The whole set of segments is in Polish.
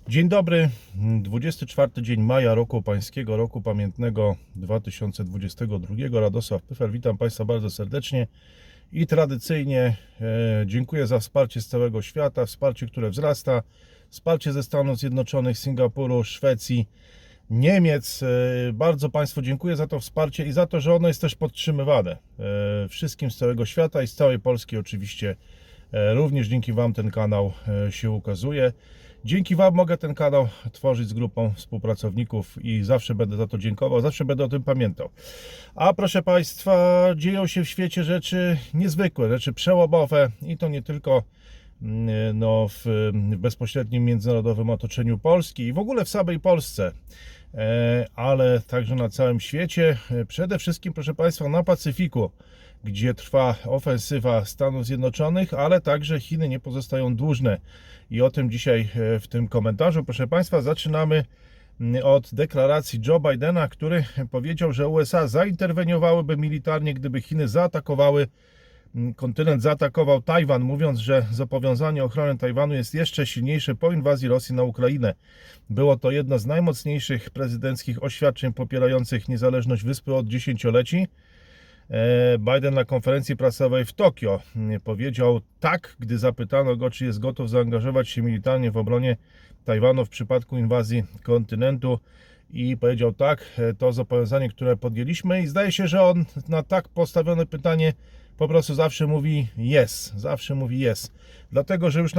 Dzień dobry, 24 dzień maja roku pańskiego, roku pamiętnego 2022. Radosław Pyfel, witam Państwa bardzo serdecznie i tradycyjnie dziękuję za wsparcie z całego świata, wsparcie, które wzrasta, wsparcie ze Stanów Zjednoczonych, Singapuru, Szwecji, Niemiec. Bardzo Państwu dziękuję za to wsparcie i za to, że ono jest też podtrzymywane wszystkim z całego świata i z całej Polski oczywiście. Również dzięki Wam ten kanał się ukazuje. Dzięki Wam mogę ten kanał tworzyć z grupą współpracowników i zawsze będę za to dziękował, zawsze będę o tym pamiętał. A proszę Państwa, dzieją się w świecie rzeczy niezwykłe, rzeczy przełomowe i to nie tylko w bezpośrednim międzynarodowym otoczeniu Polski i w ogóle w samej Polsce, ale także na całym świecie. Przede wszystkim, proszę Państwa, na Pacyfiku, gdzie trwa ofensywa Stanów Zjednoczonych, ale także Chiny nie pozostają dłużne. I o tym dzisiaj w tym komentarzu. Proszę Państwa, zaczynamy od deklaracji Joe Bidena, który powiedział, że USA zainterweniowałyby militarnie, gdyby Chiny zaatakowały kontynent, zaatakował Tajwan, mówiąc, że zobowiązanie ochrony Tajwanu jest jeszcze silniejsze po inwazji Rosji na Ukrainę. Było to jedno z najmocniejszych prezydenckich oświadczeń popierających niezależność wyspy od dziesięcioleci. Biden na konferencji prasowej w Tokio powiedział tak, gdy zapytano go, czy jest gotów zaangażować się militarnie w obronie Tajwanu w przypadku inwazji kontynentu, i powiedział tak, to zobowiązanie, które podjęliśmy, i zdaje się, że on na tak postawione pytanie po prostu zawsze mówi yes, dlatego, że już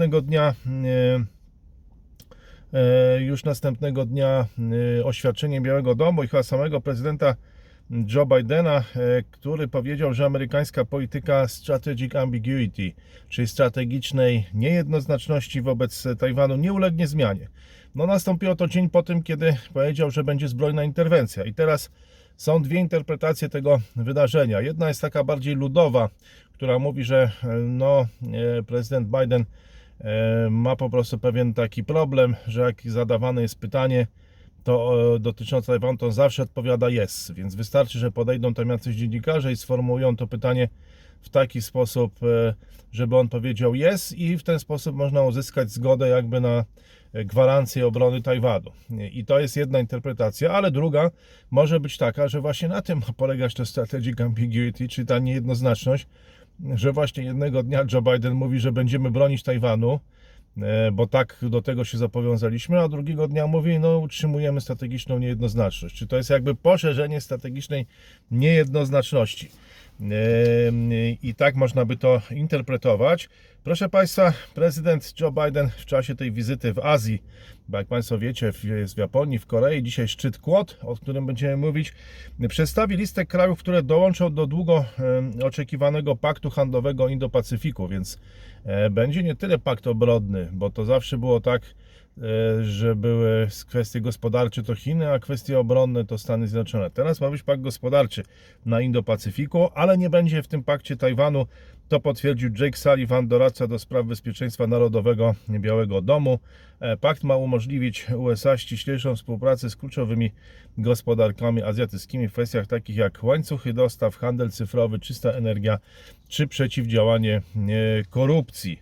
następnego dnia oświadczenie Białego Domu i chyba samego prezydenta Joe Bidena, który powiedział, że amerykańska polityka strategic ambiguity, czyli strategicznej niejednoznaczności wobec Tajwanu, nie ulegnie zmianie. No, nastąpiło to dzień po tym, kiedy powiedział, że będzie zbrojna interwencja. I teraz są dwie interpretacje tego wydarzenia. Jedna jest taka bardziej ludowa, która mówi, że prezydent Biden ma po prostu pewien taki problem, że jak zadawane jest pytanie dotyczące Tajwanu, to on zawsze odpowiada yes, więc wystarczy, że podejdą tam jacyś dziennikarze i sformułują to pytanie w taki sposób, żeby on powiedział yes, i w ten sposób można uzyskać zgodę jakby na gwarancję obrony Tajwanu. I to jest jedna interpretacja, ale druga może być taka, że właśnie na tym ma polegać to strategic ambiguity, czyli ta niejednoznaczność, że właśnie jednego dnia Joe Biden mówi, że będziemy bronić Tajwanu, bo tak do tego się zobowiązaliśmy, a drugiego dnia mówi, utrzymujemy strategiczną niejednoznaczność. Czy to jest jakby poszerzenie strategicznej niejednoznaczności? I tak można by to interpretować. Proszę Państwa, prezydent Joe Biden w czasie tej wizyty w Azji, bo jak Państwo wiecie, jest w Japonii, w Korei, dzisiaj szczyt Quad, o którym będziemy mówić, przedstawi listę krajów, które dołączą do długo oczekiwanego paktu handlowego Indo-Pacyfiku, więc będzie nie tyle pakt obronny, bo to zawsze było tak, że były kwestie gospodarcze to Chiny, a kwestie obronne to Stany Zjednoczone. Teraz ma być pakt gospodarczy na Indo-Pacyfiku, ale nie będzie w tym pakcie Tajwanu. To potwierdził Jake Sullivan, doradca do spraw bezpieczeństwa narodowego Białego Domu. Pakt ma umożliwić USA ściślejszą współpracę z kluczowymi gospodarkami azjatyckimi w kwestiach takich jak łańcuchy dostaw, handel cyfrowy, czysta energia czy przeciwdziałanie korupcji.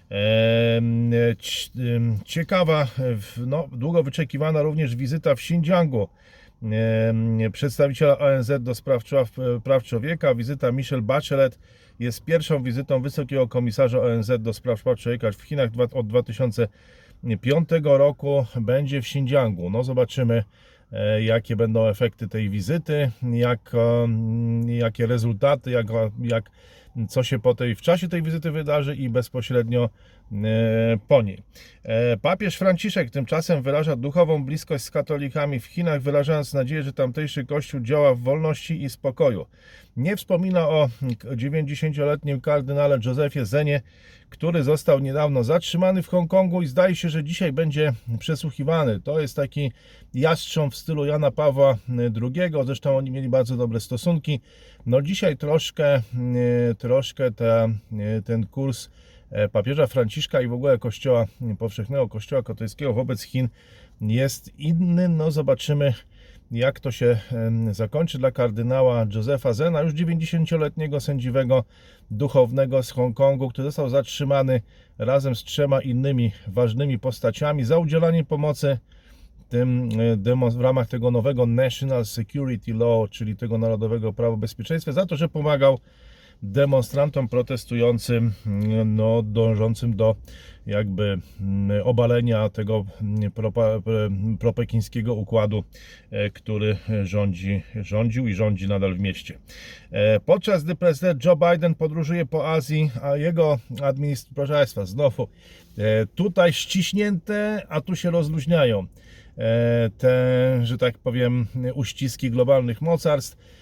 Ciekawa, długo wyczekiwana również wizyta w Xinjiangu przedstawiciela ONZ do spraw praw człowieka. Wizyta Michelle Bachelet jest pierwszą wizytą wysokiego komisarza ONZ do spraw praw człowieka w Chinach od 2005 roku. Będzie w Xinjiangu. Zobaczymy, jakie będą efekty tej wizyty, jakie rezultaty, co się w czasie tej wizyty wydarzy i bezpośrednio po niej. Papież Franciszek tymczasem wyraża duchową bliskość z katolikami w Chinach, wyrażając nadzieję, że tamtejszy kościół działa w wolności i spokoju. Nie wspomina o 90-letnim kardynale Josephie Zenie, który został niedawno zatrzymany w Hongkongu i zdaje się, że dzisiaj będzie przesłuchiwany. To jest taki jastrząb w stylu Jana Pawła II, zresztą oni mieli bardzo dobre stosunki. Dzisiaj troszkę ten kurs papieża Franciszka i w ogóle powszechnego kościoła katolickiego wobec Chin jest inny. Zobaczymy, jak to się zakończy dla kardynała Josepha Zena, już 90-letniego sędziwego duchownego z Hongkongu, który został zatrzymany razem z 3 innymi ważnymi postaciami za udzielanie pomocy w ramach tego nowego National Security Law, czyli tego narodowego prawa bezpieczeństwa, za to, że pomagał demonstrantom protestującym, no, dążącym do jakby obalenia tego propekińskiego układu, który rządził i rządzi nadal w mieście. Podczas gdy prezydent Joe Biden podróżuje po Azji, a jego proszę Państwa, znowu tutaj ściśnięte, a tu się rozluźniają te, że tak powiem, uściski globalnych mocarstw.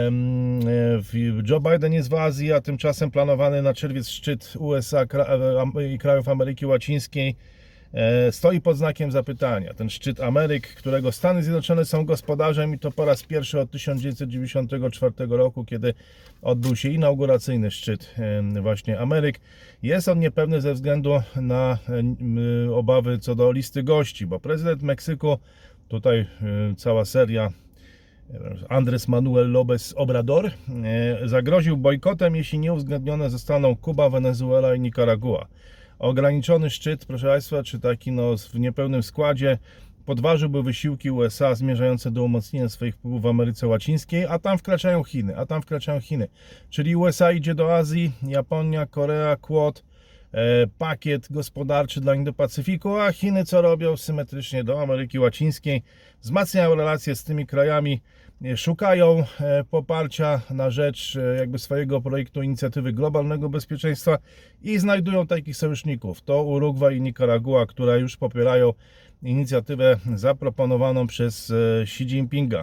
Joe Biden jest w Azji, a tymczasem planowany na czerwiec szczyt USA i krajów Ameryki Łacińskiej stoi pod znakiem zapytania. Ten szczyt Ameryk, którego Stany Zjednoczone są gospodarzem, i to po raz pierwszy od 1994 roku, kiedy odbył się inauguracyjny szczyt właśnie Ameryk. Jest on niepewny ze względu na obawy co do listy gości, bo prezydent Meksyku, tutaj cała seria, Andrés Manuel López Obrador, zagroził bojkotem, jeśli nie uwzględnione zostaną Kuba, Wenezuela i Nikaragua. Ograniczony szczyt, proszę Państwa, czy taki w niepełnym składzie, podważyłby wysiłki USA zmierzające do umocnienia swoich wpływów w Ameryce Łacińskiej, a tam wkraczają Chiny. Czyli USA idzie do Azji, Japonia, Korea, Quad, pakiet gospodarczy dla Indo-Pacyfiku, a Chiny co robią? Symetrycznie do Ameryki Łacińskiej, wzmacniają relacje z tymi krajami, szukają poparcia na rzecz jakby swojego projektu inicjatywy globalnego bezpieczeństwa i znajdują takich sojuszników. To Urugwaj i Nikaragua, które już popierają inicjatywę zaproponowaną przez Xi Jinpinga.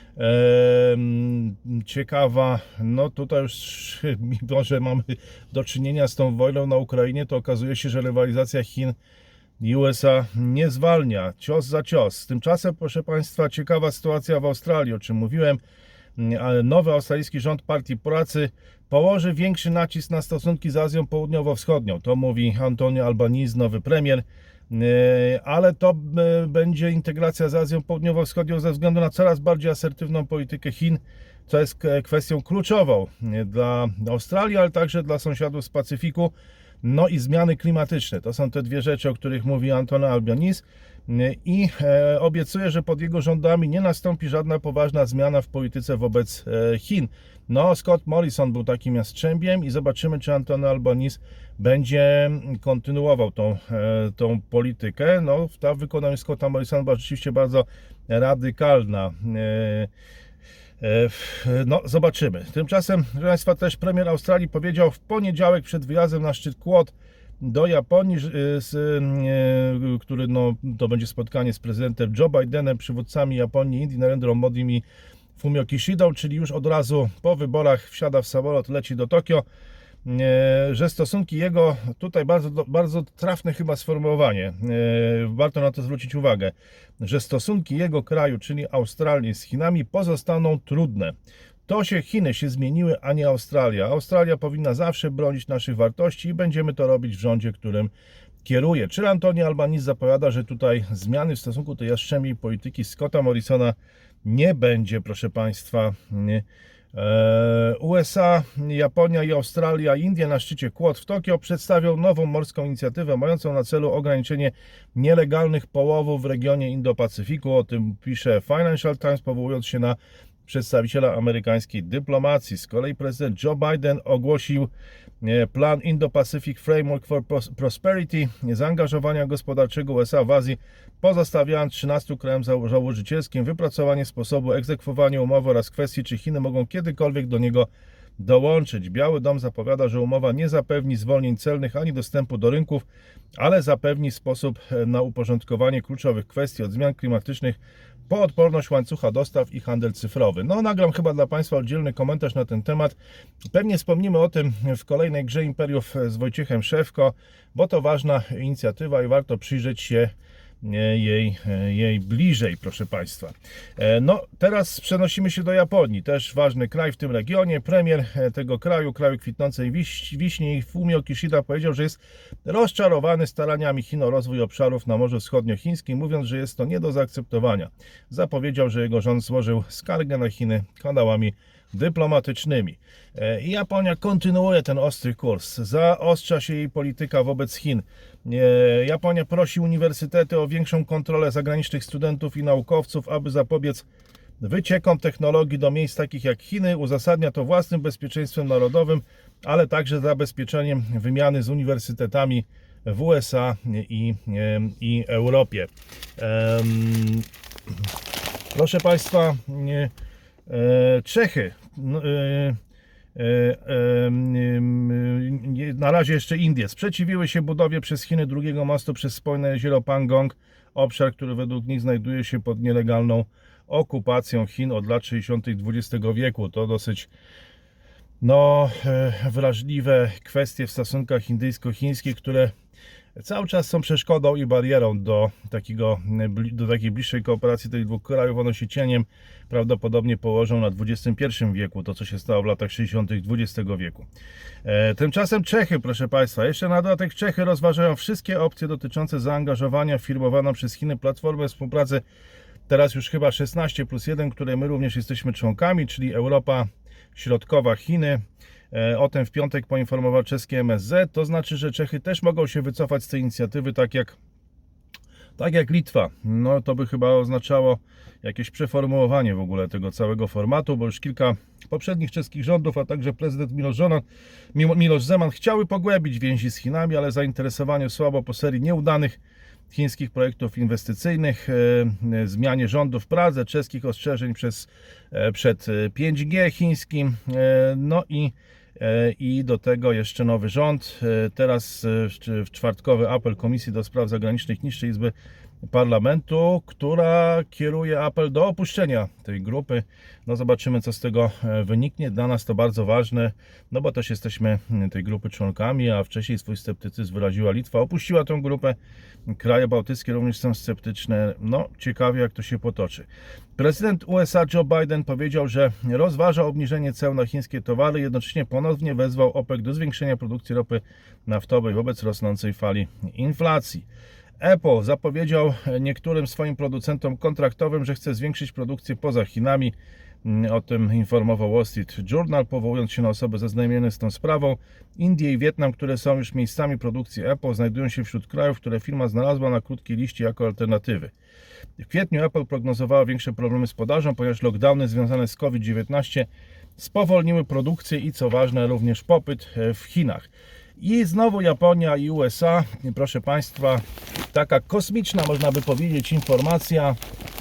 Ciekawa, no tutaj już mimo że mamy do czynienia z tą wojną na Ukrainie, to okazuje się, że rywalizacja Chin i USA nie zwalnia, cios za cios. Tymczasem, proszę Państwa, ciekawa sytuacja w Australii, o czym mówiłem. Nowy australijski rząd Partii Pracy położy większy nacisk na stosunki z Azją Południowo-Wschodnią. To mówi Antonio Albanese, nowy premier. Ale to będzie integracja z Azją Południowo-Wschodnią ze względu na coraz bardziej asertywną politykę Chin, co jest kwestią kluczową dla Australii, ale także dla sąsiadów z Pacyfiku. No i zmiany klimatyczne. To są te dwie rzeczy, o których mówi Antonio Albanese, i obiecuje, że pod jego rządami nie nastąpi żadna poważna zmiana w polityce wobec Chin. No, Scott Morrison był takim jastrzębiem i zobaczymy, czy Antonio Albanese będzie kontynuował tą politykę. No, ta w wykonaniu Scotta Morrisona była rzeczywiście bardzo radykalna. No, zobaczymy. Tymczasem, proszę Państwa, też premier Australii powiedział w poniedziałek przed wyjazdem na szczyt Quad do Japonii, który to będzie spotkanie z prezydentem Joe Bidenem, przywódcami Japonii, Indii, Narendrą Modim i Fumio Kishidą, czyli już od razu po wyborach wsiada w samolot, leci do Tokio, że stosunki jego, tutaj bardzo trafne chyba sformułowanie, warto na to zwrócić uwagę, że stosunki jego kraju, czyli Australii, z Chinami pozostaną trudne. To Chiny się zmieniły, a nie Australia. Australia powinna zawsze bronić naszych wartości i będziemy to robić w rządzie, którym kieruje. Czy Antonio Albanese zapowiada, że tutaj zmiany w stosunku do tej jastrzębiej polityki Scotta Morrisona nie będzie, proszę Państwa. USA, Japonia i Australia, Indie na szczycie Quad w Tokio przedstawią nową morską inicjatywę mającą na celu ograniczenie nielegalnych połowów w regionie Indo-Pacyfiku. O tym pisze Financial Times, powołując się na przedstawiciela amerykańskiej dyplomacji. Z kolei prezydent Joe Biden ogłosił plan Indo-Pacific Framework for Prosperity, zaangażowania gospodarczego USA w Azji, pozostawiając 13 krajom założycielskim wypracowanie sposobu egzekwowania umowy oraz kwestii, czy Chiny mogą kiedykolwiek do niego dołączyć. Biały Dom zapowiada, że umowa nie zapewni zwolnień celnych ani dostępu do rynków, ale zapewni sposób na uporządkowanie kluczowych kwestii od zmian klimatycznych po odporność łańcucha dostaw i handel cyfrowy. No, nagram chyba dla Państwa oddzielny komentarz na ten temat. Pewnie wspomnimy o tym w kolejnej grze Imperiów z Wojciechem Szewko, bo to ważna inicjatywa i warto przyjrzeć się jej bliżej, proszę Państwa. No, teraz przenosimy się do Japonii, też ważny kraj w tym regionie. Premier tego kraju kwitnącej wiśni, Fumio Kishida, powiedział, że jest rozczarowany staraniami Chin o rozwój obszarów na Morzu Wschodniochińskim, mówiąc, że jest to nie do zaakceptowania. Zapowiedział, że jego rząd złożył skargę na Chiny kanałami dyplomatycznymi. I Japonia kontynuuje ten ostry kurs. Zaostrza się jej polityka wobec Chin. Japonia prosi uniwersytety o większą kontrolę zagranicznych studentów i naukowców, aby zapobiec wyciekom technologii do miejsc takich jak Chiny. Uzasadnia to własnym bezpieczeństwem narodowym, ale także zabezpieczeniem wymiany z uniwersytetami w USA i Europie. Proszę Państwa, Czechy, na razie jeszcze Indie, sprzeciwiły się budowie przez Chiny drugiego mostu przez spojne jezioro Pangong, obszar, który według nich znajduje się pod nielegalną okupacją Chin od lat 60. XX wieku. To dosyć wrażliwe kwestie w stosunkach indyjsko-chińskich, które cały czas są przeszkodą i barierą do takiej bliższej kooperacji tych dwóch krajów. One się cieniem prawdopodobnie położą na XXI wieku, to co się stało w latach 60. XX wieku. Tymczasem Czechy, proszę Państwa, jeszcze na dodatek Czechy rozważają wszystkie opcje dotyczące zaangażowania w firmowaną przez Chiny platformę współpracy, teraz już chyba 16+1, której my również jesteśmy członkami, czyli Europa Środkowa, Chiny. O tym w piątek poinformował czeskie MSZ. To znaczy, że Czechy też mogą się wycofać z tej inicjatywy, tak jak Litwa. No to by chyba oznaczało jakieś przeformułowanie w ogóle tego całego formatu, bo już kilka poprzednich czeskich rządów, a także prezydent Miloš Zeman chciały pogłębić więzi z Chinami, ale zainteresowanie słabo po serii nieudanych chińskich projektów inwestycyjnych, zmianie rządu w Pradze, czeskich ostrzeżeń przed 5G chińskim, no i do tego jeszcze nowy rząd. Teraz w czwartkowy apel Komisji do Spraw Zagranicznych Niższej Izby Parlamentu, która kieruje apel do opuszczenia tej grupy. No zobaczymy, co z tego wyniknie. Dla nas to bardzo ważne, no bo też jesteśmy tej grupy członkami, a wcześniej swój sceptycyzm wyraziła Litwa. Opuściła tę grupę. Kraje bałtyckie również są sceptyczne. No ciekawie, jak to się potoczy. Prezydent USA Joe Biden powiedział, że rozważa obniżenie ceł na chińskie towary, jednocześnie ponownie wezwał OPEC do zwiększenia produkcji ropy naftowej wobec rosnącej fali inflacji. Apple zapowiedział niektórym swoim producentom kontraktowym, że chce zwiększyć produkcję poza Chinami. O tym informował Wall Street Journal, powołując się na osoby zaznajomione z tą sprawą. Indie i Wietnam, które są już miejscami produkcji Apple, znajdują się wśród krajów, które firma znalazła na krótkiej liście jako alternatywy. W kwietniu Apple prognozowała większe problemy z podażą, ponieważ lockdowny związane z COVID-19 spowolniły produkcję i, co ważne, również popyt w Chinach. I znowu Japonia i USA, proszę Państwa, taka kosmiczna, można by powiedzieć, informacja,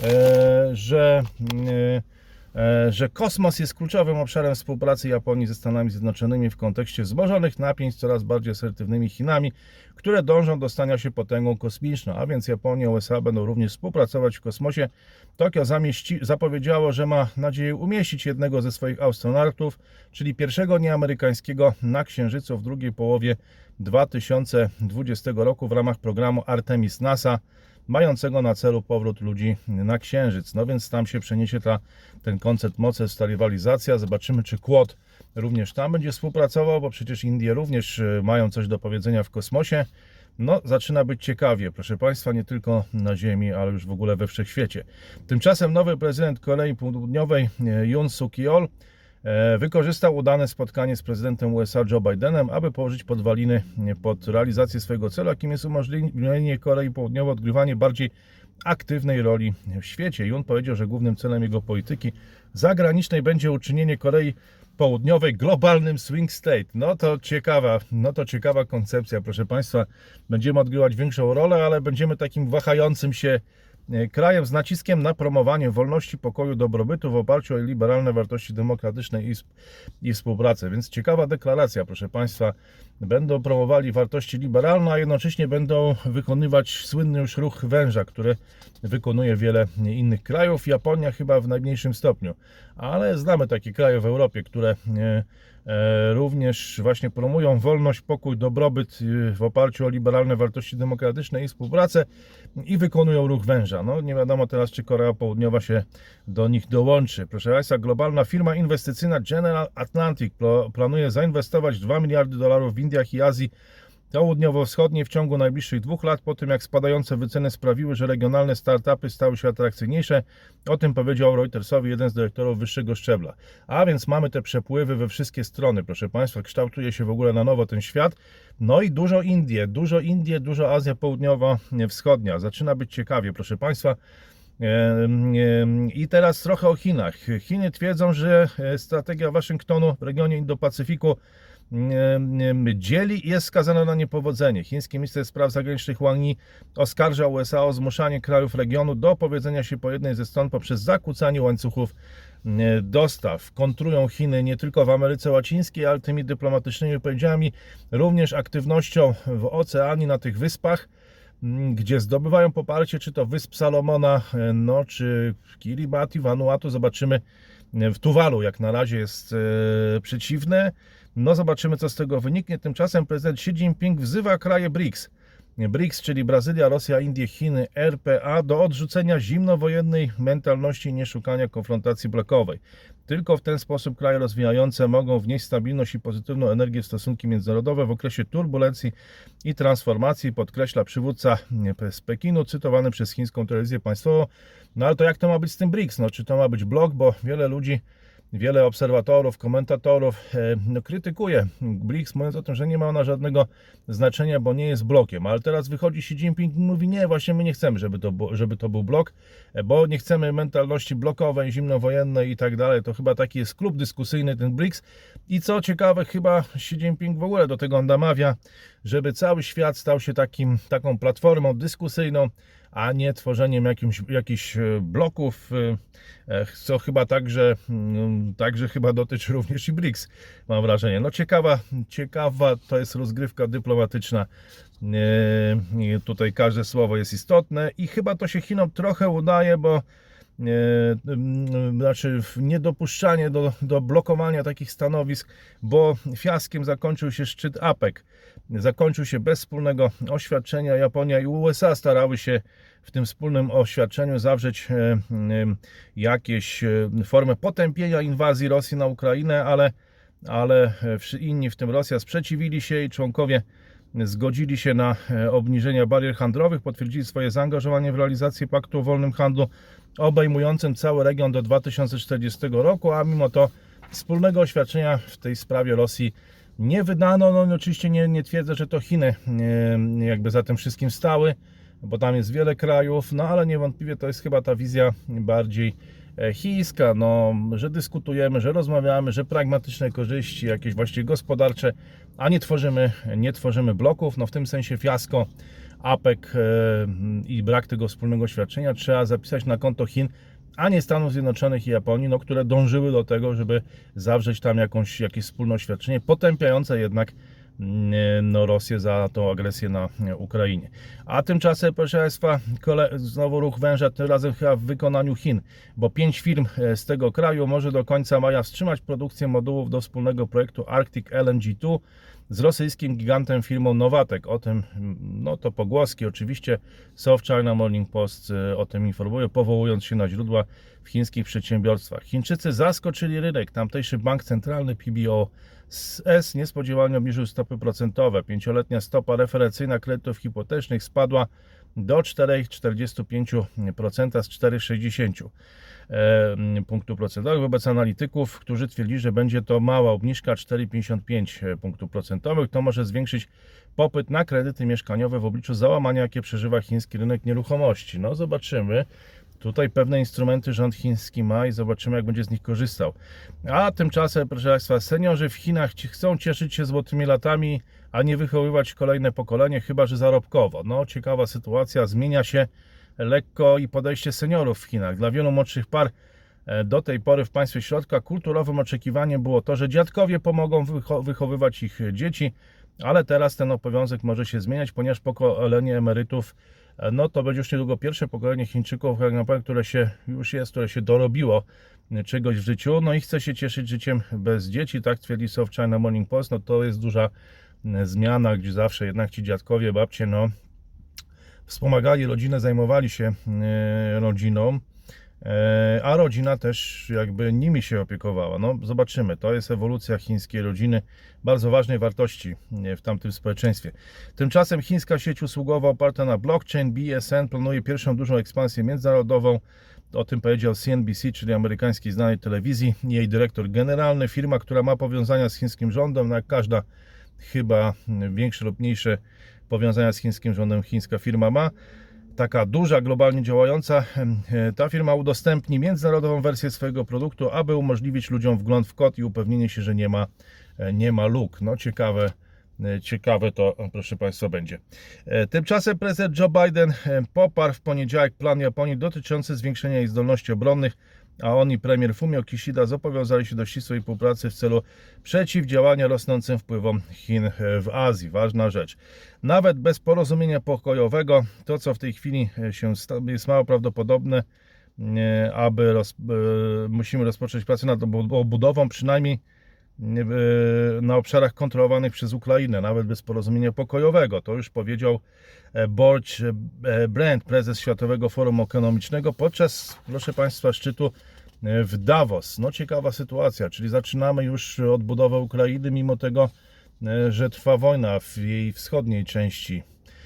że kosmos jest kluczowym obszarem współpracy Japonii ze Stanami Zjednoczonymi w kontekście wzmożonych napięć z coraz bardziej asertywnymi Chinami, które dążą do stania się potęgą kosmiczną, a więc Japonia i USA będą również współpracować w kosmosie. Tokio zapowiedziało, że ma nadzieję umieścić jednego ze swoich astronautów, czyli pierwszego nieamerykańskiego na Księżycu w drugiej połowie 2020 roku w ramach programu Artemis NASA, mającego na celu powrót ludzi na Księżyc. No więc tam się przeniesie ten koncept mocy, ta rywalizacja. Zobaczymy, czy Quad również tam będzie współpracował, bo przecież Indie również mają coś do powiedzenia w kosmosie. No, zaczyna być ciekawie, proszę Państwa, nie tylko na Ziemi, ale już w ogóle we wszechświecie. Tymczasem nowy prezydent Korei Południowej, Yoon Suk-yeol, wykorzystał udane spotkanie z prezydentem USA Joe Bidenem, aby położyć podwaliny pod realizację swojego celu, jakim jest umożliwienie Korei Południowej odgrywanie bardziej aktywnej roli w świecie. Yoon powiedział, że głównym celem jego polityki zagranicznej będzie uczynienie Korei Południowej globalnym swing state. No to ciekawa koncepcja, proszę Państwa. Będziemy odgrywać większą rolę, ale będziemy takim wahającym się krajem z naciskiem na promowanie wolności, pokoju, dobrobytu w oparciu o liberalne wartości demokratyczne i współpracę. Więc ciekawa deklaracja, proszę Państwa, będą promowali wartości liberalne, a jednocześnie będą wykonywać słynny już ruch węża, który wykonuje wiele innych krajów. Japonia chyba w najmniejszym stopniu, ale znamy takie kraje w Europie, które również właśnie promują wolność, pokój, dobrobyt w oparciu o liberalne wartości demokratyczne i współpracę i wykonują ruch węża. No nie wiadomo teraz, czy Korea Południowa się do nich dołączy. Proszę Państwa, globalna firma inwestycyjna General Atlantic planuje zainwestować $2 miliardy w Indiach i Azji Południowo-Wschodniej w ciągu najbliższych 2 lat, po tym jak spadające wyceny sprawiły, że regionalne startupy stały się atrakcyjniejsze. O tym powiedział Reutersowi jeden z dyrektorów wyższego szczebla. A więc mamy te przepływy we wszystkie strony, proszę Państwa, kształtuje się w ogóle na nowo ten świat. No i dużo Indie, dużo Azja Południowo-Wschodnia. Zaczyna być ciekawie, proszę Państwa. I teraz trochę o Chinach. Chiny twierdzą, że strategia Waszyngtonu w regionie Indo-Pacyfiku dzieli i jest skazana na niepowodzenie. Chiński minister spraw zagranicznych Wang Yi oskarża USA o zmuszanie krajów regionu do opowiedzenia się po jednej ze stron poprzez zakłócanie łańcuchów dostaw. Kontrują Chiny nie tylko w Ameryce Łacińskiej, ale tymi dyplomatycznymi wypowiedziami, również aktywnością w oceanie na tych wyspach, gdzie zdobywają poparcie, czy to Wysp Salomona, no, czy Kiribati, Vanuatu. Zobaczymy. W Tuwalu jak na razie jest przeciwne. No zobaczymy, co z tego wyniknie. Tymczasem prezydent Xi Jinping wzywa kraje BRICS, czyli Brazylia, Rosja, Indie, Chiny, RPA, do odrzucenia zimnowojennej mentalności i nieszukania konfrontacji blokowej. Tylko w ten sposób kraje rozwijające mogą wnieść stabilność i pozytywną energię w stosunki międzynarodowe w okresie turbulencji i transformacji, podkreśla przywódca z Pekinu, cytowany przez chińską telewizję państwową. No ale to jak to ma być z tym BRICS? No, czy to ma być blok? Bo wiele ludzi, wiele obserwatorów, komentatorów krytykuje BRICS, mówiąc o tym, że nie ma ona żadnego znaczenia, bo nie jest blokiem. Ale teraz wychodzi Xi Jinping i mówi, nie, właśnie my nie chcemy, żeby to był blok, bo nie chcemy mentalności blokowej, zimnowojennej i tak dalej. To chyba taki jest klub dyskusyjny, ten BRICS. I co ciekawe, chyba Xi Jinping w ogóle do tego namawia, żeby cały świat stał się taką platformą dyskusyjną, a nie tworzeniem jakichś bloków, co chyba także chyba dotyczy również i BRICS, mam wrażenie. No ciekawa to jest rozgrywka dyplomatyczna. Tutaj każde słowo jest istotne i chyba to się Chinom trochę udaje, bo znaczy niedopuszczanie do blokowania takich stanowisk, bo fiaskiem zakończył się szczyt APEC. Zakończył się bez wspólnego oświadczenia. Japonia i USA starały się w tym wspólnym oświadczeniu zawrzeć jakieś formę potępienia inwazji Rosji na Ukrainę, ale inni, w tym Rosja, sprzeciwili się i członkowie zgodzili się na obniżenie barier handlowych, potwierdzili swoje zaangażowanie w realizację paktu o wolnym handlu obejmującym cały region do 2040 roku, a mimo to wspólnego oświadczenia w tej sprawie Rosji nie wydano. No oczywiście nie twierdzę, że to Chiny jakby za tym wszystkim stały, bo tam jest wiele krajów, no ale niewątpliwie to jest chyba ta wizja bardziej chińska, no, że dyskutujemy, że rozmawiamy, że pragmatyczne korzyści, jakieś właśnie gospodarcze, a nie tworzymy bloków. No w tym sensie fiasko APEC i brak tego wspólnego świadczenia trzeba zapisać na konto Chin, a nie Stanów Zjednoczonych i Japonii, no, które dążyły do tego, żeby zawrzeć tam jakieś wspólne oświadczenie potępiające jednak Rosję za tą agresję na Ukrainie. A tymczasem, proszę Państwa, znowu ruch węża, tym razem chyba w wykonaniu Chin, bo 5 firm z tego kraju może do końca maja wstrzymać produkcję modułów do wspólnego projektu Arctic LNG-2 z rosyjskim gigantem firmą Novatek. O tym, no to pogłoski oczywiście, South China Morning Post o tym informuje, powołując się na źródła w chińskich przedsiębiorstwach. Chińczycy zaskoczyli rynek. Tamtejszy bank centralny PBOS niespodziewanie obniżył stopy procentowe. 5-letnia stopa referencyjna kredytów hipotecznych spadła do 4,45% z 4,60 punktów procentowych wobec analityków, którzy twierdzili, że będzie to mała obniżka 4,55 punktów procentowych. To może zwiększyć popyt na kredyty mieszkaniowe w obliczu załamania, jakie przeżywa chiński rynek nieruchomości. No zobaczymy. Tutaj pewne instrumenty rząd chiński ma i zobaczymy, jak będzie z nich korzystał. A tymczasem, proszę Państwa, seniorzy w Chinach chcą cieszyć się złotymi latami, a nie wychowywać kolejne pokolenie, chyba że zarobkowo. No, ciekawa sytuacja, zmienia się lekko i podejście seniorów w Chinach. Dla wielu młodszych par do tej pory w państwie środka kulturowym oczekiwaniem było to, że dziadkowie pomogą wychowywać ich dzieci. ale teraz ten obowiązek może się zmieniać, ponieważ pokolenie emerytów, no to będzie już niedługo pierwsze pokolenie Chińczyków, jak naprawdę, które się dorobiło czegoś w życiu, no i chce się cieszyć życiem bez dzieci, tak twierdzi South China Morning Post. No to jest duża zmiana, gdzie zawsze jednak ci dziadkowie, babcie, no wspomagali rodzinę, zajmowali się rodziną, a rodzina też jakby nimi się opiekowała. No zobaczymy, to jest ewolucja chińskiej rodziny, bardzo ważnej wartości w tamtym społeczeństwie. Tymczasem chińska sieć usługowa oparta na blockchain BSN planuje pierwszą dużą ekspansję międzynarodową. O tym powiedział CNBC, czyli amerykańskiej znanej telewizji, jej dyrektor generalny. Firma, która ma powiązania z chińskim rządem, no jak każda chyba większe lub mniejsze powiązania z chińskim rządem chińska firma ma, taka duża, globalnie działająca, ta firma udostępni międzynarodową wersję swojego produktu, aby umożliwić ludziom wgląd w kod i upewnienie się, że nie ma luk. No ciekawe to, proszę Państwa, będzie. Tymczasem prezydent Joe Biden poparł w poniedziałek plan Japonii dotyczący zwiększenia jej zdolności obronnych, a on i premier Fumio Kishida zobowiązali się do ścisłej współpracy w celu przeciwdziałania rosnącym wpływom Chin w Azji. Ważna rzecz. Nawet bez porozumienia pokojowego, to co w tej chwili jest mało prawdopodobne, musimy rozpocząć pracę nad obudową przynajmniej na obszarach kontrolowanych przez Ukrainę, nawet bez porozumienia pokojowego. To już powiedział Borch Brand, prezes Światowego Forum Ekonomicznego podczas, proszę Państwa, szczytu w Davos. No ciekawa sytuacja, czyli zaczynamy już odbudowę Ukrainy, mimo tego, że trwa wojna w jej wschodniej części.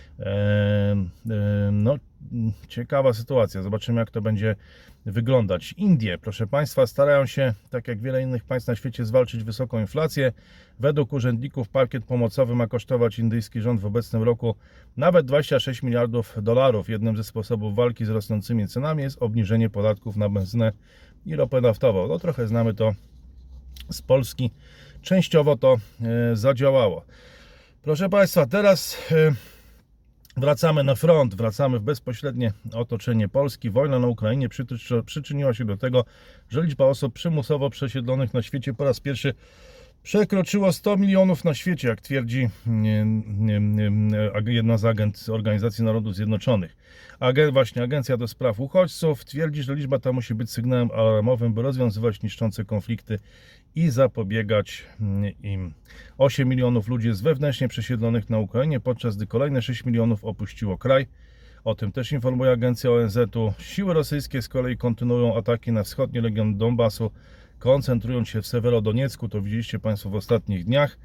No ciekawa sytuacja, zobaczymy jak to będzie wyglądać. Indie, proszę Państwa, starają się, tak jak wiele innych państw na świecie, zwalczyć wysoką inflację. Według urzędników pakiet pomocowy ma kosztować indyjski rząd w obecnym roku nawet 26 miliardów dolarów. Jednym ze sposobów walki z rosnącymi cenami jest obniżenie podatków na benzynę i ropę naftową. No trochę znamy to z Polski. Częściowo to zadziałało. Proszę Państwa, teraz wracamy na front, wracamy w bezpośrednie otoczenie Polski. Wojna na Ukrainie przyczyniła się do tego, że liczba osób przymusowo przesiedlonych na świecie po raz pierwszy przekroczyło 100 milionów na świecie, jak twierdzi jedna z agent Organizacji Narodów Zjednoczonych. Właśnie Agencja do Spraw Uchodźców twierdzi, że liczba ta musi być sygnałem alarmowym, by rozwiązywać niszczące konflikty i zapobiegać im. 8 milionów ludzi jest wewnętrznie przesiedlonych na Ukrainie, podczas gdy kolejne 6 milionów opuściło kraj. O tym też informuje agencja ONZ-u. Siły rosyjskie z kolei kontynuują ataki na wschodni region Donbasu, koncentrując się w Sewerodoniecku, to widzieliście Państwo w ostatnich dniach.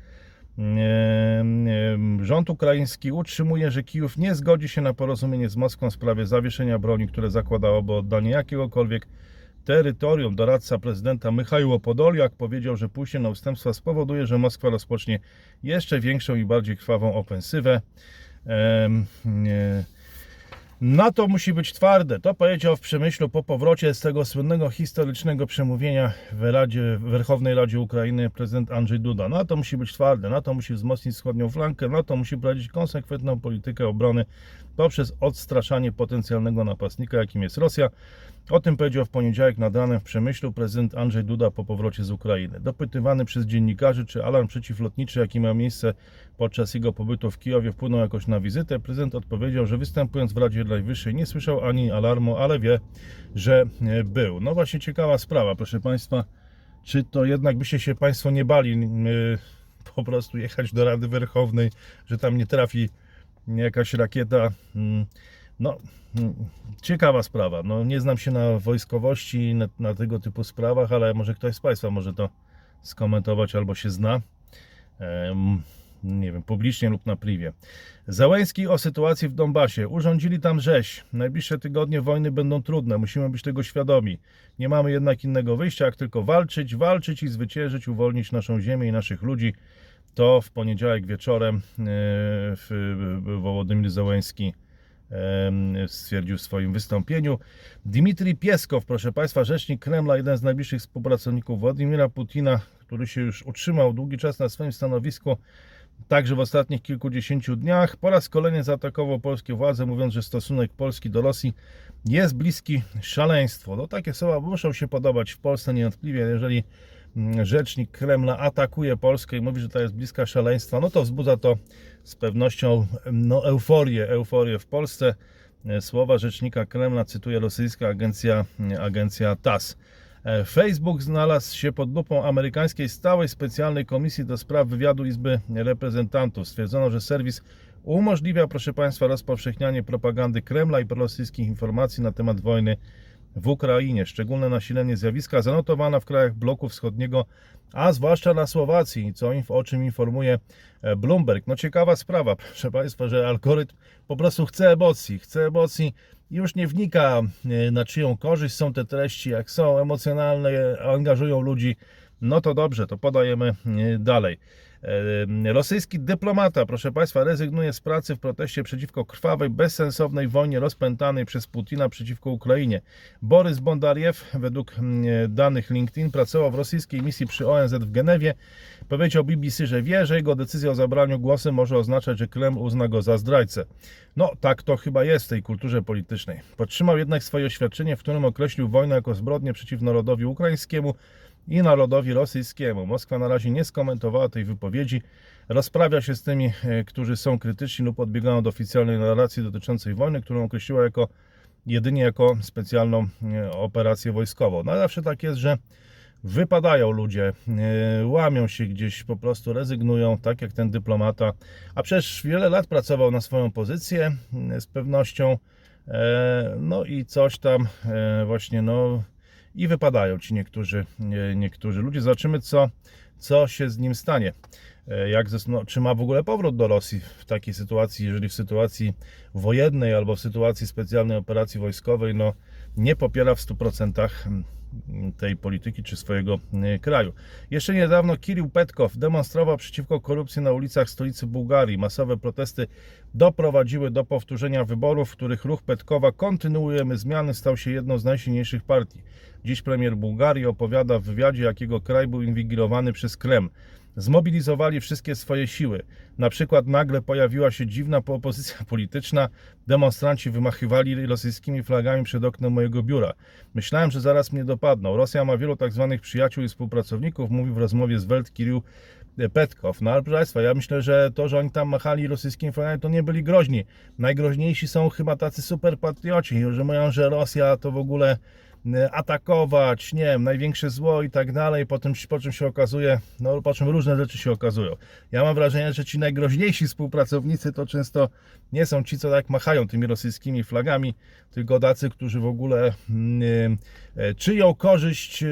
Rząd ukraiński utrzymuje, że Kijów nie zgodzi się na porozumienie z Moskwą w sprawie zawieszenia broni, które zakładałoby oddanie jakiegokolwiek terytorium. Doradca prezydenta Michaiło Podoliak powiedział, że pójście na ustępstwa spowoduje, że Moskwa rozpocznie jeszcze większą i bardziej krwawą ofensywę. NATO musi być twarde. To powiedział w Przemyślu po powrocie z tego słynnego historycznego przemówienia w Werchownej Radzie Ukrainy prezydent Andrzej Duda. NATO musi być twarde, NATO musi wzmocnić wschodnią flankę, NATO musi prowadzić konsekwentną politykę obrony poprzez odstraszanie potencjalnego napastnika, jakim jest Rosja. O tym powiedział w poniedziałek nad ranem w Przemyślu prezydent Andrzej Duda po powrocie z Ukrainy. Dopytywany przez dziennikarzy, czy alarm przeciwlotniczy, jaki miał miejsce podczas jego pobytu w Kijowie, wpłynął jakoś na wizytę, prezydent odpowiedział, że występując w Radzie Najwyższej nie słyszał ani alarmu, ale wie, że był. No właśnie ciekawa sprawa, proszę Państwa, czy to jednak byście się Państwo nie bali po prostu jechać do Rady Werchownej, że tam nie trafi jakaś rakieta. No, ciekawa sprawa. No, nie znam się na wojskowości, na tego typu sprawach, ale może ktoś z Państwa może to skomentować albo się zna. Nie wiem, publicznie lub na privie. Zełenski o sytuacji w Donbasie. Urządzili tam rzeź. Najbliższe tygodnie wojny będą trudne. Musimy być tego świadomi. Nie mamy jednak innego wyjścia, jak tylko walczyć i zwyciężyć, uwolnić naszą ziemię i naszych ludzi. To w poniedziałek wieczorem Wołodymyr Zełenski stwierdził w swoim wystąpieniu. Dmitrij Pieskow, proszę Państwa, rzecznik Kremla, jeden z najbliższych współpracowników Władimira Putina, który się już utrzymał długi czas na swoim stanowisku, także w ostatnich kilkudziesięciu dniach, po raz kolejny zaatakował polskie władze, mówiąc, że stosunek Polski do Rosji jest bliski szaleństwu. No takie słowa muszą się podobać w Polsce niewątpliwie, jeżeli rzecznik Kremla atakuje Polskę i mówi, że to jest bliska szaleństwa, no to wzbudza to z pewnością euforię w Polsce. Słowa rzecznika Kremla cytuje rosyjska agencja TASS. Facebook znalazł się pod lupą amerykańskiej stałej specjalnej komisji do spraw wywiadu Izby Reprezentantów. Stwierdzono, że serwis umożliwia, proszę Państwa, rozpowszechnianie propagandy Kremla i prorosyjskich informacji na temat wojny w Ukrainie. Szczególne nasilenie zjawiska zanotowano w krajach bloku wschodniego, a zwłaszcza na Słowacji, o czym informuje Bloomberg. No ciekawa sprawa, proszę Państwa, że algorytm po prostu chce emocji i już nie wnika, na czyją korzyść są te treści, jak są emocjonalne, angażują ludzi, no to dobrze, to podajemy dalej. Rosyjski dyplomata, proszę Państwa, rezygnuje z pracy w proteście przeciwko krwawej, bezsensownej wojnie rozpętanej przez Putina przeciwko Ukrainie. Borys Bondariew, według danych LinkedIn, pracował w rosyjskiej misji przy ONZ w Genewie. Powiedział BBC, że wie, że jego decyzja o zabraniu głosu może oznaczać, że Kreml uzna go za zdrajcę. No, tak to chyba jest w tej kulturze politycznej. Podtrzymał jednak swoje oświadczenie, w którym określił wojnę jako zbrodnię przeciw narodowi ukraińskiemu i narodowi rosyjskiemu. Moskwa na razie nie skomentowała tej wypowiedzi. Rozprawia się z tymi, którzy są krytyczni lub odbiegają od oficjalnej narracji dotyczącej wojny, którą określiła jedynie jako specjalną operację wojskową. No zawsze tak jest, że wypadają ludzie, łamią się gdzieś, po prostu rezygnują, tak jak ten dyplomata, a przecież wiele lat pracował na swoją pozycję z pewnością, no i coś tam właśnie, no i wypadają ci niektórzy ludzie. Zobaczymy, co się z nim stanie. Czy ma w ogóle powrót do Rosji w takiej sytuacji, jeżeli w sytuacji wojennej albo w sytuacji specjalnej operacji wojskowej nie popiera w 100% tej polityki czy swojego kraju. Jeszcze niedawno Kirill Petkow demonstrował przeciwko korupcji na ulicach stolicy Bułgarii. Masowe protesty doprowadziły do powtórzenia wyborów, w których ruch Petkowa "Kontynuujemy zmiany" stał się jedną z najsilniejszych partii. Dziś premier Bułgarii opowiada w wywiadzie, jak jego kraj był inwigilowany przez Kreml. Zmobilizowali wszystkie swoje siły. Na przykład nagle pojawiła się dziwna opozycja polityczna. Demonstranci wymachywali rosyjskimi flagami przed oknem mojego biura. Myślałem, że zaraz mnie dopadną. Rosja ma wielu tak zwanych przyjaciół i współpracowników, mówił w rozmowie z Welt Kirill Petkow. No ale proszę Państwa, ja myślę, że to, że oni tam machali rosyjskimi flagami, to nie byli groźni. Najgroźniejsi są chyba tacy superpatrioci, że mówią, że Rosja to w ogóle atakować, nie wiem, największe zło i tak dalej, po czym się okazuje, po czym różne rzeczy się okazują. Ja mam wrażenie, że ci najgroźniejsi współpracownicy to często nie są ci, co tak machają tymi rosyjskimi flagami, tylko tacy, którzy w ogóle czyją korzyść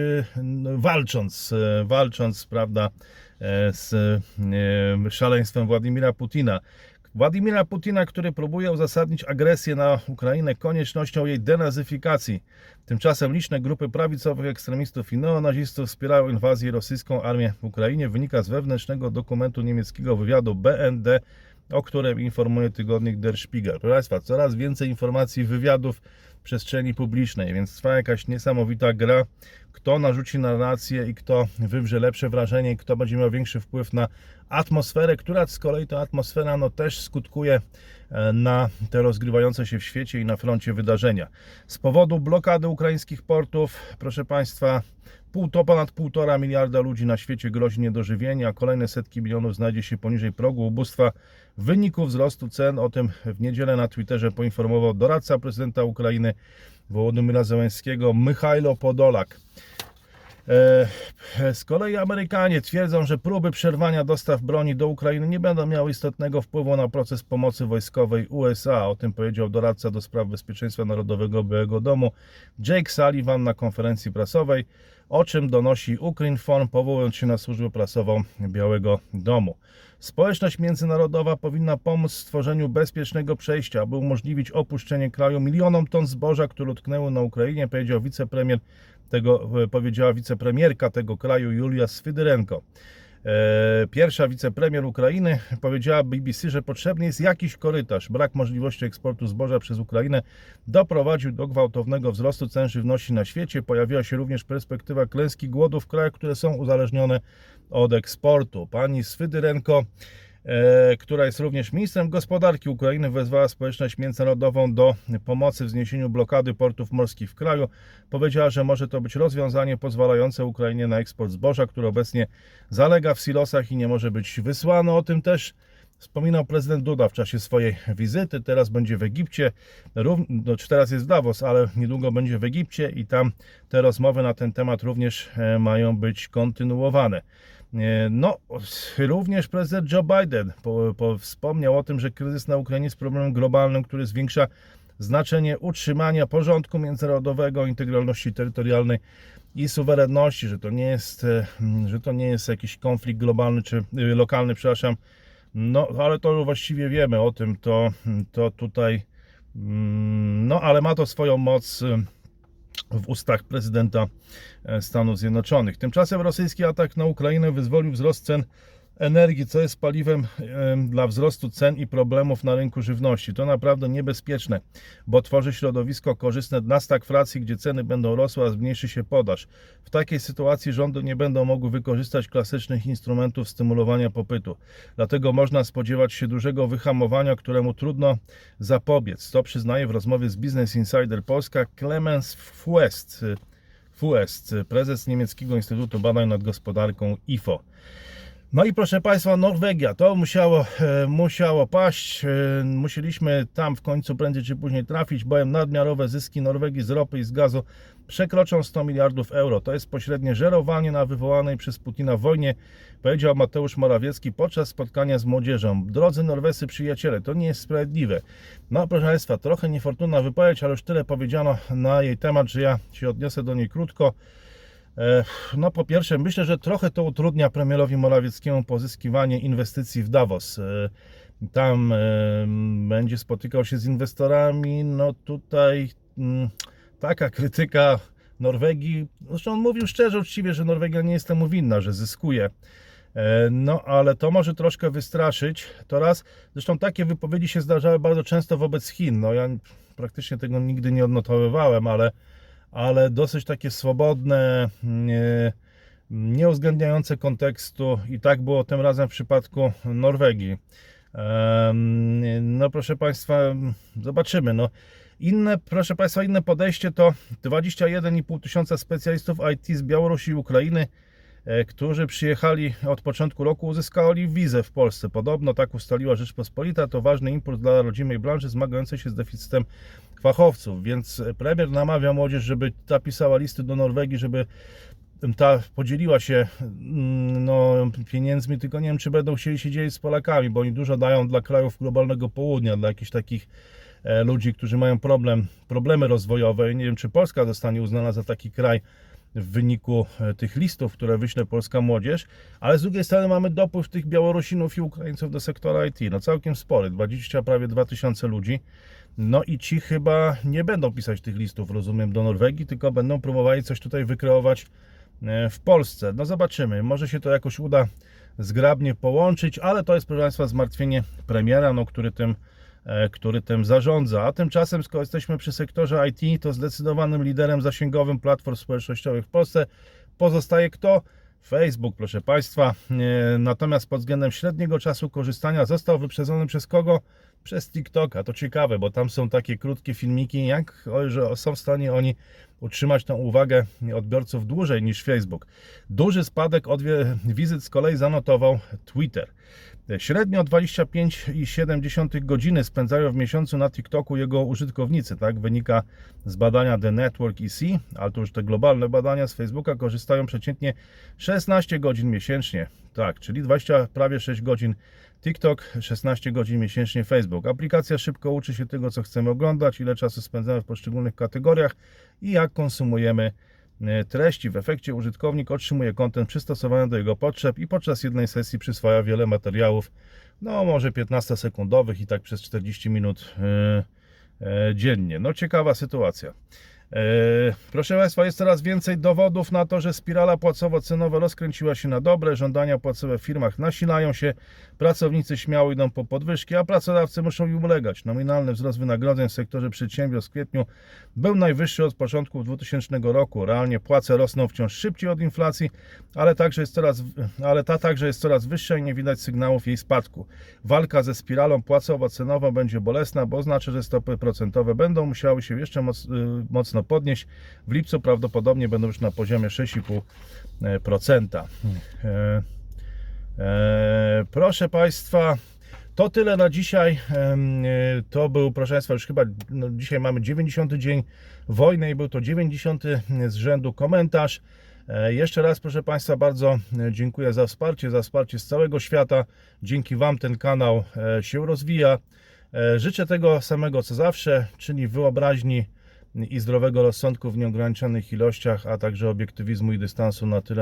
walcząc, prawda, z szaleństwem Władimira Putina, który próbuje uzasadnić agresję na Ukrainę koniecznością jej denazyfikacji. Tymczasem liczne grupy prawicowych ekstremistów i neonazistów wspierają inwazję rosyjską armię w Ukrainie. Wynika z wewnętrznego dokumentu niemieckiego wywiadu BND, o którym informuje tygodnik Der Spiegel. Proszę Państwa, coraz więcej informacji, wywiadów w przestrzeni publicznej, więc trwa jakaś niesamowita gra, kto narzuci narrację i kto wywrze lepsze wrażenie i kto będzie miał większy wpływ na atmosferę, która z kolei ta atmosfera też skutkuje na te rozgrywające się w świecie i na froncie wydarzenia. Z powodu blokady ukraińskich portów, proszę Państwa, ponad 1,5 miliarda ludzi na świecie grozi niedożywienie, a kolejne setki milionów znajdzie się poniżej progu ubóstwa w wyniku wzrostu cen. O tym w niedzielę na Twitterze poinformował doradca prezydenta Ukrainy Wołodymyra Zełenskiego Michajlo Podolak. Z kolei Amerykanie twierdzą, że próby przerwania dostaw broni do Ukrainy nie będą miały istotnego wpływu na proces pomocy wojskowej USA. O tym powiedział doradca do spraw bezpieczeństwa narodowego Białego Domu Jake Sullivan na konferencji prasowej, o czym donosi Ukrinform, powołując się na służbę prasową Białego Domu. Społeczność międzynarodowa powinna pomóc w stworzeniu bezpiecznego przejścia, aby umożliwić opuszczenie kraju milionom ton zboża, które utknęły na Ukrainie, powiedziała wicepremierka tego kraju Julia Swyrydenko. Pierwsza wicepremier Ukrainy powiedziała BBC, że potrzebny jest jakiś korytarz. Brak możliwości eksportu zboża przez Ukrainę doprowadził do gwałtownego wzrostu cen żywności na świecie. Pojawiła się również perspektywa klęski głodu w krajach, które są uzależnione od eksportu. Pani Swyrydenko która jest również ministrem gospodarki Ukrainy, wezwała społeczność międzynarodową do pomocy w zniesieniu blokady portów morskich w kraju. Powiedziała, że może to być rozwiązanie pozwalające Ukrainie na eksport zboża, które obecnie zalega w silosach i nie może być wysłane. O tym też wspominał prezydent Duda w czasie swojej wizyty. Teraz będzie w Egipcie, teraz jest w Davos, ale niedługo będzie w Egipcie i tam te rozmowy na ten temat również mają być kontynuowane. No, również prezydent Joe Biden wspomniał o tym, że kryzys na Ukrainie jest problemem globalnym, który zwiększa znaczenie utrzymania porządku międzynarodowego, integralności terytorialnej i suwerenności, że to nie jest jakiś konflikt globalny czy lokalny, przepraszam. No, ale to właściwie wiemy o tym, to tutaj, no, ale ma to swoją moc w ustach prezydenta Stanów Zjednoczonych. Tymczasem rosyjski atak na Ukrainę wyzwolił wzrost cen energii, co jest paliwem dla wzrostu cen i problemów na rynku żywności. To naprawdę niebezpieczne, bo tworzy środowisko korzystne dla stagflacji, gdzie ceny będą rosły, a zmniejszy się podaż. W takiej sytuacji rządy nie będą mogły wykorzystać klasycznych instrumentów stymulowania popytu. Dlatego można spodziewać się dużego wyhamowania, któremu trudno zapobiec. To przyznaje w rozmowie z Business Insider Polska Clemens Fuest, prezes niemieckiego Instytutu Badań nad Gospodarką IFO. No i proszę Państwa, Norwegia, to musiało paść, musieliśmy tam w końcu prędzej czy później trafić, bowiem nadmiarowe zyski Norwegii z ropy i z gazu przekroczą 100 miliardów euro. To jest pośrednie żerowanie na wywołanej przez Putina wojnie, powiedział Mateusz Morawiecki podczas spotkania z młodzieżą. Drodzy norwescy przyjaciele, to nie jest sprawiedliwe. No proszę Państwa, trochę niefortunna wypowiedź, ale już tyle powiedziano na jej temat, że ja się odniosę do niej krótko. No po pierwsze, myślę, że trochę to utrudnia premierowi Morawieckiemu pozyskiwanie inwestycji w Davos. Tam będzie spotykał się z inwestorami. No tutaj taka krytyka Norwegii. Zresztą on mówił szczerze, uczciwie, że Norwegia nie jest temu winna, że zyskuje. No ale to może troszkę wystraszyć. To raz. Zresztą takie wypowiedzi się zdarzały bardzo często wobec Chin. No ja praktycznie tego nigdy nie odnotowywałem, ale dosyć takie swobodne, nie uwzględniające kontekstu i tak było tym razem w przypadku Norwegii. No proszę Państwa, zobaczymy. No. Proszę Państwa, inne podejście to 21,5 tysiąca specjalistów IT z Białorusi i Ukrainy, którzy przyjechali od początku roku, uzyskali wizę w Polsce. Podobno tak ustaliła Rzeczpospolita. To ważny impuls dla rodzimej branży zmagającej się z deficytem fachowców, więc premier namawia młodzież, żeby ta pisała listy do Norwegii, żeby ta podzieliła się pieniędzmi, tylko nie wiem, czy będą chcieli się dzielić z Polakami, bo oni dużo dają dla krajów globalnego południa, dla jakichś takich ludzi, którzy mają problemy rozwojowe. Nie wiem, czy Polska zostanie uznana za taki kraj w wyniku tych listów, które wyśle polska młodzież, ale z drugiej strony mamy dopływ tych Białorusinów i Ukraińców do sektora IT, no całkiem spory, prawie 2000 ludzi, no i ci chyba nie będą pisać tych listów, rozumiem, do Norwegii, tylko będą próbowali coś tutaj wykreować w Polsce. No zobaczymy, może się to jakoś uda zgrabnie połączyć, ale to jest, proszę Państwa, zmartwienie premiera, który tym zarządza. A tymczasem, skoro jesteśmy przy sektorze IT, to zdecydowanym liderem zasięgowym platform społecznościowych w Polsce pozostaje kto? Facebook, proszę Państwa. Natomiast pod względem średniego czasu korzystania został wyprzedzony przez kogo? Przez TikToka. To ciekawe, bo tam są takie krótkie filmiki, że są w stanie oni utrzymać tą uwagę odbiorców dłużej niż Facebook. Duży spadek wizyt z kolei zanotował Twitter. Średnio 25,7 godziny spędzają w miesiącu na TikToku jego użytkownicy, tak wynika z badania The Network EC, ale to już te globalne badania z Facebooka korzystają przeciętnie 16 godzin miesięcznie, tak, czyli prawie 6 godzin TikTok, 16 godzin miesięcznie Facebook. Aplikacja szybko uczy się tego, co chcemy oglądać, ile czasu spędzamy w poszczególnych kategoriach i jak konsumujemy treści. W efekcie użytkownik otrzymuje content przystosowany do jego potrzeb i podczas jednej sesji przyswaja wiele materiałów, no może 15-sekundowych i tak przez 40 minut dziennie. No ciekawa sytuacja. Proszę Państwa, jest coraz więcej dowodów na to, że spirala płacowo-cenowa rozkręciła się na dobre, żądania płacowe w firmach nasilają się, pracownicy śmiało idą po podwyżki, a pracodawcy muszą im ulegać. Nominalny wzrost wynagrodzeń w sektorze przedsiębiorstw w kwietniu był najwyższy od początku 2000 roku. Realnie płace rosną wciąż szybciej od inflacji, ale ta także jest coraz wyższa i nie widać sygnałów jej spadku. Walka ze spiralą płacowo-cenową będzie bolesna, bo oznacza, że stopy procentowe będą musiały się jeszcze mocno podnieść. W lipcu prawdopodobnie będą już na poziomie 6,5%. Proszę Państwa, to tyle na dzisiaj. To był, proszę Państwa, już chyba dzisiaj mamy 90 dzień wojny i był to 90 z rzędu komentarz. Jeszcze raz, proszę Państwa, bardzo dziękuję za wsparcie z całego świata. Dzięki Wam ten kanał się rozwija. Życzę tego samego co zawsze, czyli wyobraźni i zdrowego rozsądku w nieograniczonych ilościach, a także obiektywizmu i dystansu na tyle,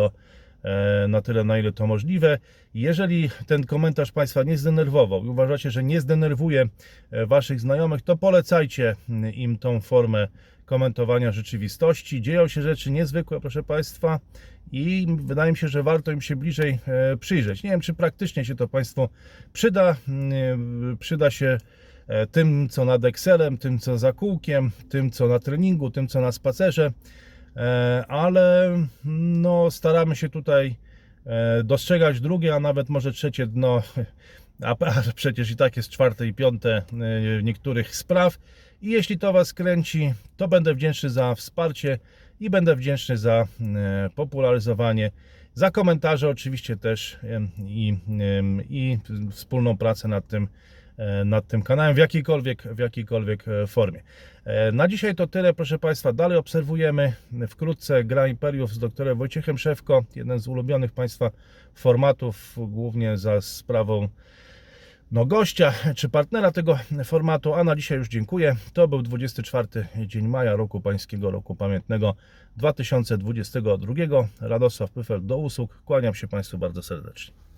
na ile to możliwe. Jeżeli ten komentarz Państwa nie zdenerwował i uważacie, że nie zdenerwuje Waszych znajomych, to polecajcie im tą formę komentowania rzeczywistości. Dzieją się rzeczy niezwykłe, proszę Państwa, i wydaje mi się, że warto im się bliżej przyjrzeć. Nie wiem, czy praktycznie się to Państwu przyda. Przyda się tym, co nad Excelem, tym, co za kółkiem, tym, co na treningu, tym, co na spacerze, ale no, staramy się tutaj dostrzegać drugie, a nawet może trzecie dno, a przecież i tak jest czwarte i piąte niektórych spraw. I jeśli to Was kręci, to będę wdzięczny za wsparcie i będę wdzięczny za popularyzowanie, za komentarze oczywiście też i wspólną pracę nad tym kanałem w jakiejkolwiek formie. Na dzisiaj to tyle, proszę Państwa. Dalej obserwujemy wkrótce Gra Imperiów z doktorem Wojciechem Szewko, jeden z ulubionych Państwa formatów, głównie za sprawą gościa czy partnera tego formatu, a na dzisiaj już dziękuję. To był 24 dzień maja roku pańskiego, roku pamiętnego 2022. Radosław Pyfel do usług. Kłaniam się Państwu bardzo serdecznie.